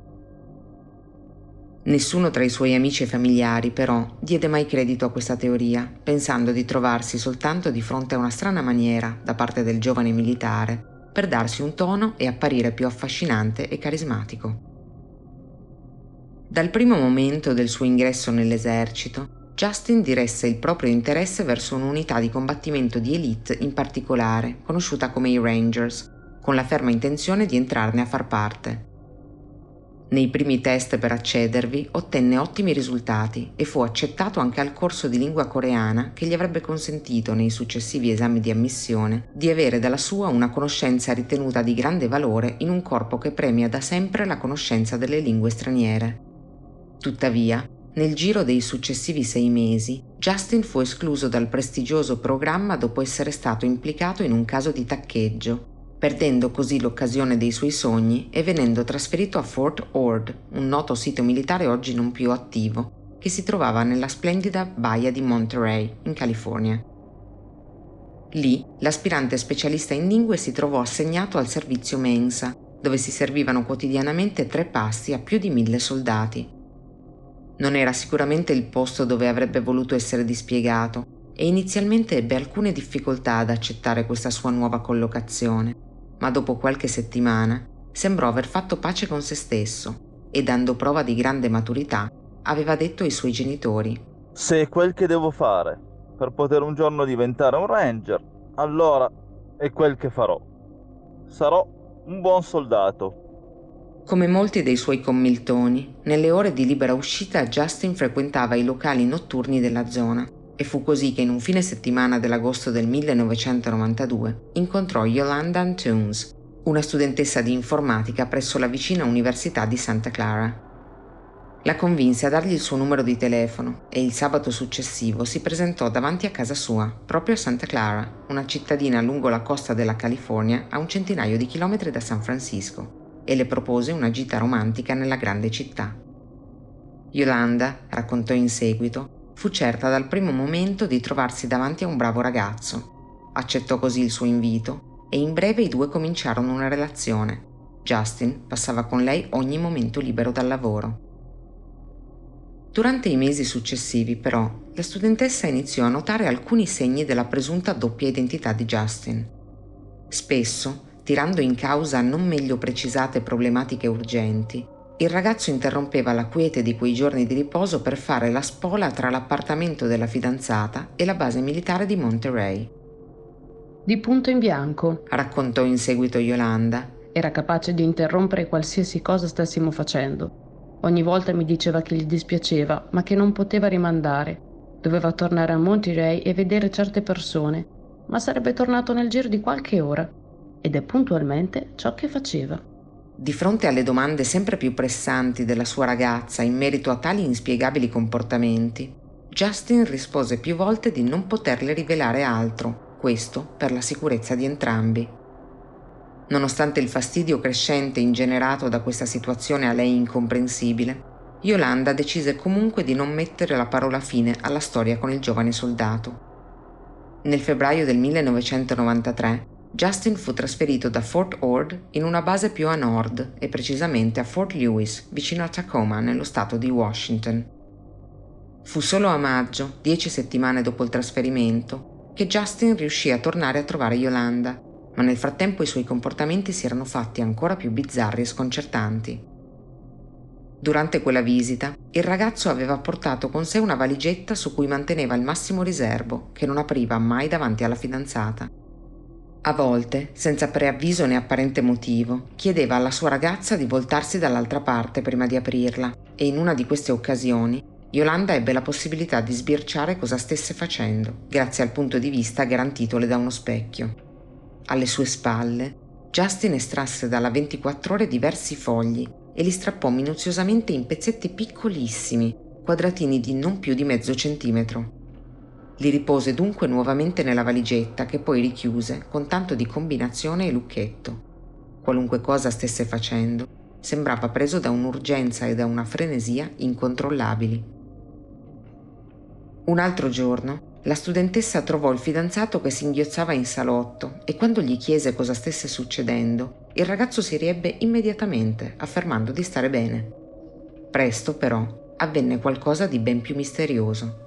[SPEAKER 1] Nessuno tra i suoi amici e familiari, però, diede mai credito a questa teoria, pensando di trovarsi soltanto di fronte a una strana maniera, da parte del giovane militare, per darsi un tono e apparire più affascinante e carismatico. Dal primo momento del suo ingresso nell'esercito, Justin diresse il proprio interesse verso un'unità di combattimento di elite in particolare, conosciuta come i Rangers, con la ferma intenzione di entrarne a far parte. Nei primi test per accedervi ottenne ottimi risultati e fu accettato anche al corso di lingua coreana che gli avrebbe consentito nei successivi esami di ammissione di avere dalla sua una conoscenza ritenuta di grande valore in un corpo che premia da sempre la conoscenza delle lingue straniere. Tuttavia, nel giro dei successivi 6 mesi, Justin fu escluso dal prestigioso programma dopo essere stato implicato in un caso di taccheggio, perdendo così l'occasione dei suoi sogni e venendo trasferito a Fort Ord, un noto sito militare oggi non più attivo, che si trovava nella splendida baia di Monterey, in California. Lì, l'aspirante specialista in lingue si trovò assegnato al servizio mensa, dove si servivano quotidianamente 3 pasti a più di 1000 soldati. Non era sicuramente il posto dove avrebbe voluto essere dispiegato e inizialmente ebbe alcune difficoltà ad accettare questa sua nuova collocazione, ma dopo qualche settimana sembrò aver fatto pace con se stesso e, dando prova di grande maturità, aveva detto ai suoi genitori:
[SPEAKER 6] «Se è quel che devo fare per poter un giorno diventare un ranger, allora è quel che farò. Sarò un buon soldato».
[SPEAKER 1] Come molti dei suoi commiltoni, nelle ore di libera uscita Justin frequentava i locali notturni della zona e fu così che in un fine settimana dell'agosto del 1992 incontrò Yolanda Antunes, una studentessa di informatica presso la vicina Università di Santa Clara. La convinse a dargli il suo numero di telefono e il sabato successivo si presentò davanti a casa sua, proprio a Santa Clara, una cittadina lungo la costa della California a un centinaio di chilometri da San Francisco, e le propose una gita romantica nella grande città. Yolanda, raccontò in seguito, fu certa dal primo momento di trovarsi davanti a un bravo ragazzo. Accettò così il suo invito e in breve i due cominciarono una relazione. Justin passava con lei ogni momento libero dal lavoro. Durante i mesi successivi, però, la studentessa iniziò a notare alcuni segni della presunta doppia identità di Justin. Spesso, tirando in causa non meglio precisate problematiche urgenti, il ragazzo interrompeva la quiete di quei giorni di riposo per fare la spola tra l'appartamento della fidanzata e la base militare di Monterey.
[SPEAKER 7] Di punto in bianco,
[SPEAKER 1] raccontò in seguito Yolanda.
[SPEAKER 7] Era capace di interrompere qualsiasi cosa stessimo facendo. Ogni volta mi diceva che gli dispiaceva, ma che non poteva rimandare. Doveva tornare a Monterey e vedere certe persone, ma sarebbe tornato nel giro di qualche ora. Ed è puntualmente ciò che faceva.
[SPEAKER 1] Di fronte alle domande sempre più pressanti della sua ragazza in merito a tali inspiegabili comportamenti, Justin rispose più volte di non poterle rivelare altro, questo per la sicurezza di entrambi. Nonostante il fastidio crescente ingenerato da questa situazione a lei incomprensibile, Yolanda decise comunque di non mettere la parola fine alla storia con il giovane soldato. Nel febbraio del 1993, Justin fu trasferito da Fort Ord in una base più a nord e precisamente a Fort Lewis, vicino a Tacoma, nello stato di Washington. Fu solo a maggio, 10 settimane dopo il trasferimento, che Justin riuscì a tornare a trovare Yolanda, ma nel frattempo i suoi comportamenti si erano fatti ancora più bizzarri e sconcertanti. Durante quella visita, il ragazzo aveva portato con sé una valigetta su cui manteneva il massimo riservo, che non apriva mai davanti alla fidanzata. A volte, senza preavviso né apparente motivo, chiedeva alla sua ragazza di voltarsi dall'altra parte prima di aprirla, e in una di queste occasioni Yolanda ebbe la possibilità di sbirciare cosa stesse facendo, grazie al punto di vista garantitole da uno specchio. Alle sue spalle, Justin estrasse dalla 24 ore diversi fogli e li strappò minuziosamente in pezzetti piccolissimi, quadratini di non più di mezzo centimetro. Li ripose dunque nuovamente nella valigetta, che poi richiuse con tanto di combinazione e lucchetto. Qualunque cosa stesse facendo, sembrava preso da un'urgenza e da una frenesia incontrollabili. Un altro giorno, la studentessa trovò il fidanzato che singhiozzava in salotto e quando gli chiese cosa stesse succedendo, il ragazzo si riebbe immediatamente, affermando di stare bene. Presto, però, avvenne qualcosa di ben più misterioso.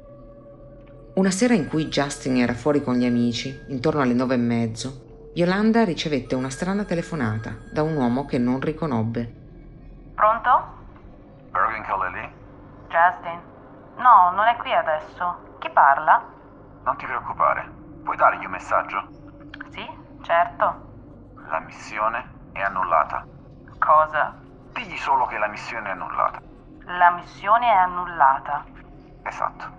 [SPEAKER 1] Una sera in cui Justin era fuori con gli amici, intorno alle 9:30, Yolanda ricevette una strana telefonata da un uomo che non riconobbe.
[SPEAKER 8] Pronto?
[SPEAKER 9] Bergen Kaleli?
[SPEAKER 8] Justin? No, non è qui adesso. Chi parla?
[SPEAKER 9] Non ti preoccupare. Puoi dargli un messaggio?
[SPEAKER 8] Sì, certo.
[SPEAKER 9] La missione è annullata.
[SPEAKER 8] Cosa?
[SPEAKER 9] Digli solo che la missione è annullata.
[SPEAKER 8] La missione è annullata.
[SPEAKER 9] Esatto.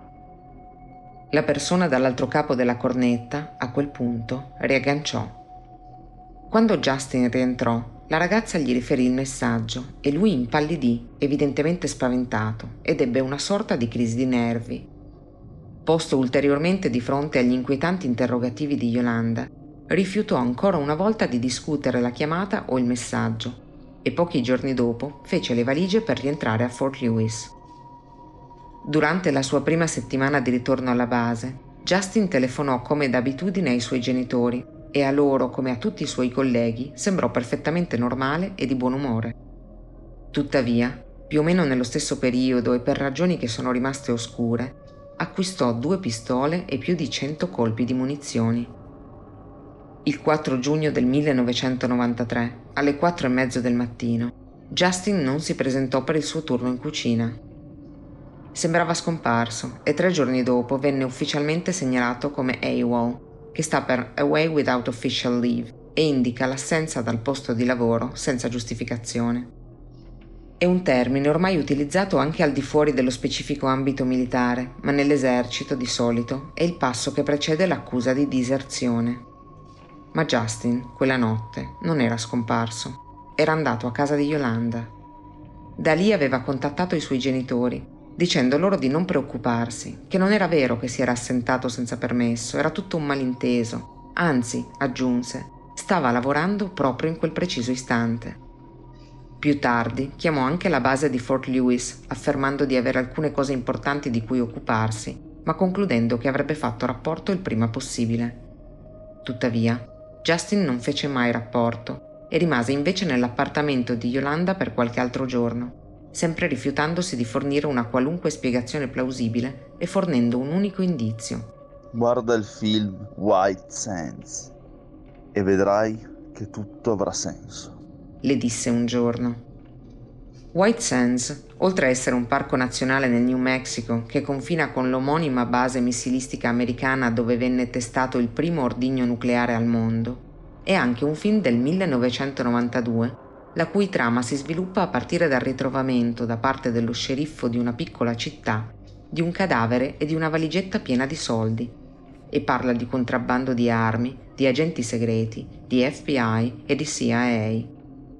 [SPEAKER 1] La persona dall'altro capo della cornetta, a quel punto, riagganciò. Quando Justin rientrò, la ragazza gli riferì il messaggio e lui impallidì, evidentemente spaventato, ed ebbe una sorta di crisi di nervi. Posto ulteriormente di fronte agli inquietanti interrogativi di Yolanda, rifiutò ancora una volta di discutere la chiamata o il messaggio e pochi giorni dopo fece le valigie per rientrare a Fort Lewis. Durante la sua prima settimana di ritorno alla base, Justin telefonò come d'abitudine ai suoi genitori e a loro, come a tutti i suoi colleghi, sembrò perfettamente normale e di buon umore. Tuttavia, più o meno nello stesso periodo e per ragioni che sono rimaste oscure, acquistò 2 pistole e più di 100 colpi di munizioni. Il 4 giugno del 1993, alle 4:30 del mattino, Justin non si presentò per il suo turno in cucina. Sembrava scomparso e 3 giorni dopo venne ufficialmente segnalato come AWOL, che sta per Away Without Official Leave e indica l'assenza dal posto di lavoro senza giustificazione. È un termine ormai utilizzato anche al di fuori dello specifico ambito militare, ma nell'esercito di solito è il passo che precede l'accusa di diserzione. Ma Justin, quella notte, non era scomparso, era andato a casa di Yolanda. Da lì aveva contattato i suoi genitori, dicendo loro di non preoccuparsi, che non era vero che si era assentato senza permesso, era tutto un malinteso. Anzi, aggiunse, stava lavorando proprio in quel preciso istante. Più tardi chiamò anche la base di Fort Lewis, affermando di avere alcune cose importanti di cui occuparsi, ma concludendo che avrebbe fatto rapporto il prima possibile. Tuttavia, Justin non fece mai rapporto e rimase invece nell'appartamento di Yolanda per qualche altro giorno, sempre rifiutandosi di fornire una qualunque spiegazione plausibile e fornendo un unico indizio.
[SPEAKER 6] Guarda il film White Sands e vedrai che tutto avrà senso,
[SPEAKER 1] le disse un giorno. White Sands, oltre a essere un parco nazionale nel New Mexico che confina con l'omonima base missilistica americana dove venne testato il primo ordigno nucleare al mondo, è anche un film del 1992 la cui trama si sviluppa a partire dal ritrovamento da parte dello sceriffo di una piccola città di un cadavere e di una valigetta piena di soldi e parla di contrabbando di armi, di agenti segreti, di FBI e di CIA.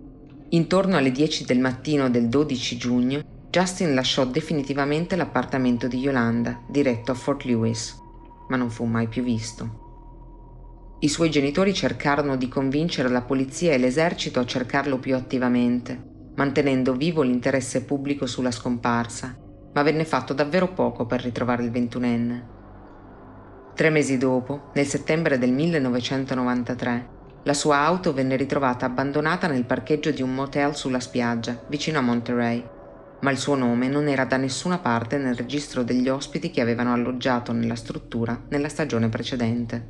[SPEAKER 1] Intorno alle 10 del mattino del 12 giugno, Justin lasciò definitivamente l'appartamento di Yolanda, diretto a Fort Lewis, ma non fu mai più visto. I suoi genitori cercarono di convincere la polizia e l'esercito a cercarlo più attivamente, mantenendo vivo l'interesse pubblico sulla scomparsa, ma venne fatto davvero poco per ritrovare il 21enne. 3 mesi dopo, nel settembre del 1993, la sua auto venne ritrovata abbandonata nel parcheggio di un motel sulla spiaggia, vicino a Monterey, ma il suo nome non era da nessuna parte nel registro degli ospiti che avevano alloggiato nella struttura nella stagione precedente.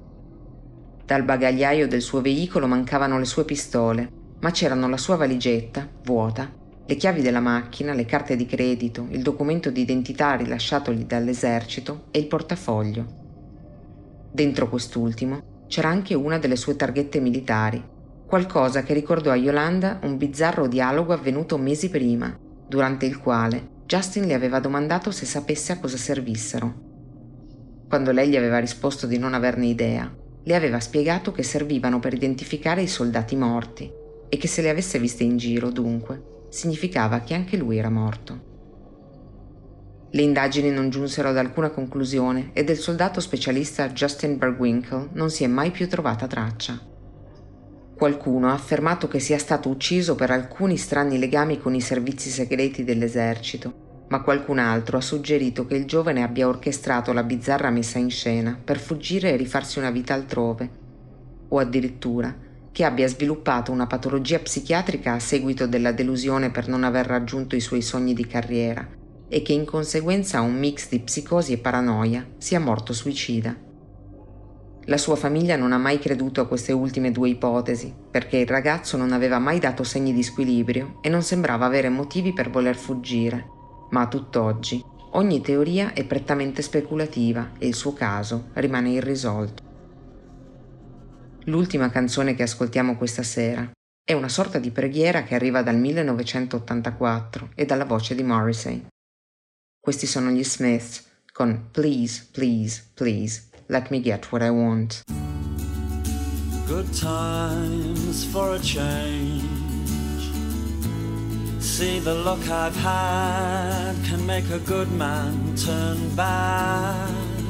[SPEAKER 1] Dal bagagliaio del suo veicolo mancavano le sue pistole, ma c'erano la sua valigetta, vuota, le chiavi della macchina, le carte di credito, il documento di identità rilasciatogli dall'esercito e il portafoglio. Dentro quest'ultimo c'era anche una delle sue targhette militari, qualcosa che ricordò a Yolanda un bizzarro dialogo avvenuto mesi prima, durante il quale Justin le aveva domandato se sapesse a cosa servissero. Quando lei gli aveva risposto di non averne idea, le aveva spiegato che servivano per identificare i soldati morti e che se le avesse viste in giro, dunque, significava che anche lui era morto. Le indagini non giunsero ad alcuna conclusione e del soldato specialista Justin Bergwinkle non si è mai più trovata traccia. Qualcuno ha affermato che sia stato ucciso per alcuni strani legami con i servizi segreti dell'esercito, ma qualcun altro ha suggerito che il giovane abbia orchestrato la bizzarra messa in scena per fuggire e rifarsi una vita altrove, o addirittura che abbia sviluppato una patologia psichiatrica a seguito della delusione per non aver raggiunto i suoi sogni di carriera e che in conseguenza a un mix di psicosi e paranoia sia morto suicida. La sua famiglia non ha mai creduto a queste ultime 2 ipotesi, perché il ragazzo non aveva mai dato segni di squilibrio e non sembrava avere motivi per voler fuggire, ma a tutt'oggi ogni teoria è prettamente speculativa e il suo caso rimane irrisolto. L'ultima canzone che ascoltiamo questa sera è una sorta di preghiera che arriva dal 1984 e dalla voce di Morrissey. Questi sono gli Smiths con Please, Please, Please, Let Me Get What I Want.
[SPEAKER 2] Good times for a change. See, the luck I've had can make a good man turn bad.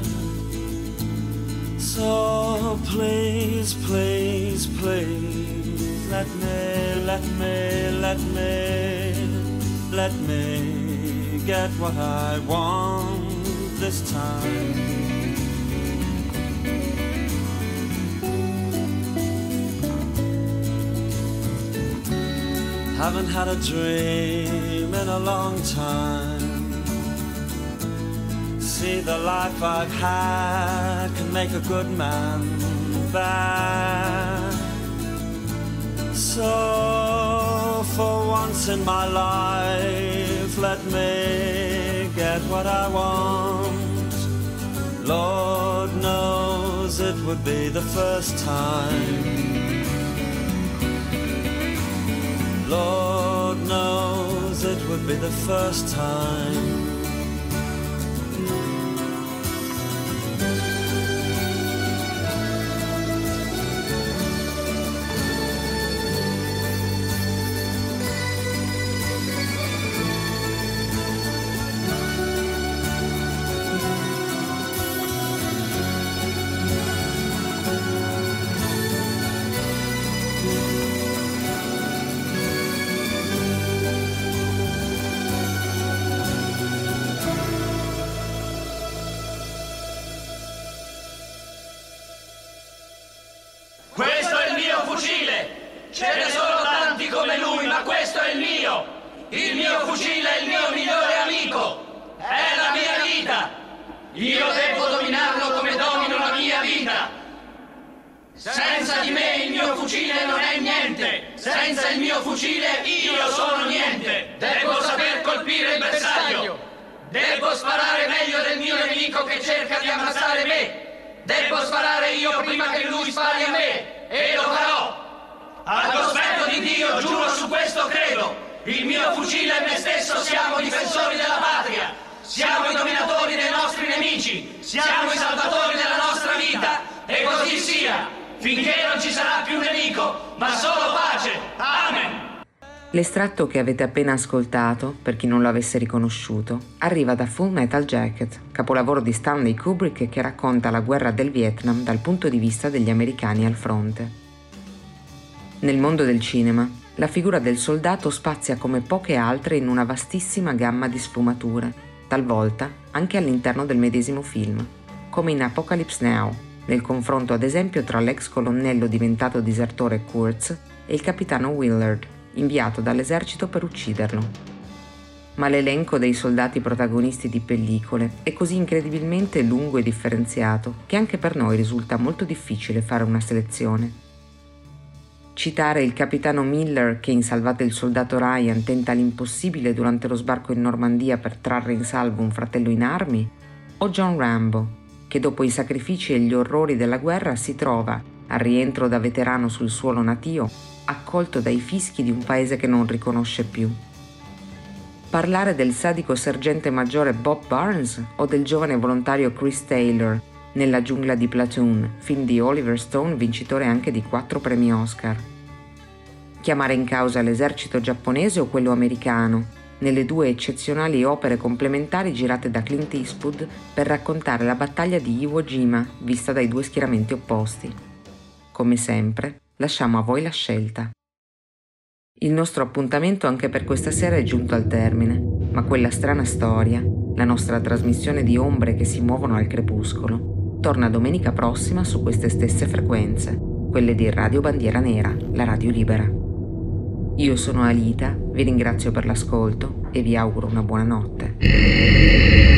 [SPEAKER 2] So please, please, please, let me get what I want this time. Haven't had a dream in a long time. See, the life I've had can make a good man bad. So for once in my life, let me get what I want. Lord knows it would be the first time. Lord knows it would be the first time.
[SPEAKER 10] Ce ne sono tanti come lui, ma questo è il mio! Il mio fucile è il mio migliore amico! È la mia vita! Io devo dominarlo come domino la mia vita! Senza di me il mio fucile non è niente! Senza il mio fucile io sono niente! Devo saper colpire il bersaglio! Devo sparare meglio del mio nemico che cerca di ammazzare me! Devo sparare io prima che lui spari a me! E lo farò! Al cospetto di Dio, giuro, su questo credo. Il mio fucile e me stesso siamo difensori della patria. Siamo i dominatori dei nostri nemici. Siamo i salvatori della nostra vita. E così sia, finché non ci sarà più nemico, ma solo pace. Amen.
[SPEAKER 1] L'estratto che avete appena ascoltato, per chi non lo avesse riconosciuto, arriva da Full Metal Jacket, capolavoro di Stanley Kubrick che racconta la guerra del Vietnam dal punto di vista degli americani al fronte. Nel mondo del cinema, la figura del soldato spazia come poche altre in una vastissima gamma di sfumature, talvolta anche all'interno del medesimo film, come in Apocalypse Now, nel confronto ad esempio tra l'ex colonnello diventato disertore Kurtz e il capitano Willard, inviato dall'esercito per ucciderlo. Ma l'elenco dei soldati protagonisti di pellicole è così incredibilmente lungo e differenziato che anche per noi risulta molto difficile fare una selezione. Citare il capitano Miller che in Salvate il soldato Ryan tenta l'impossibile durante lo sbarco in Normandia per trarre in salvo un fratello in armi, o John Rambo, che dopo i sacrifici e gli orrori della guerra si trova, al rientro da veterano sul suolo natio, accolto dai fischi di un paese che non riconosce più. Parlare del sadico sergente maggiore Bob Barnes o del giovane volontario Chris Taylor nella giungla di Platoon, film di Oliver Stone vincitore anche di 4 premi Oscar. Chiamare in causa l'esercito giapponese o quello americano, nelle 2 eccezionali opere complementari girate da Clint Eastwood per raccontare la battaglia di Iwo Jima vista dai 2 schieramenti opposti. Come sempre, lasciamo a voi la scelta. Il nostro appuntamento anche per questa sera è giunto al termine, ma quella strana storia, la nostra trasmissione di ombre che si muovono al crepuscolo, torna domenica prossima su queste stesse frequenze, quelle di Radio Bandiera Nera, la radio libera. Io sono Alita, vi ringrazio per l'ascolto e vi auguro una buona notte.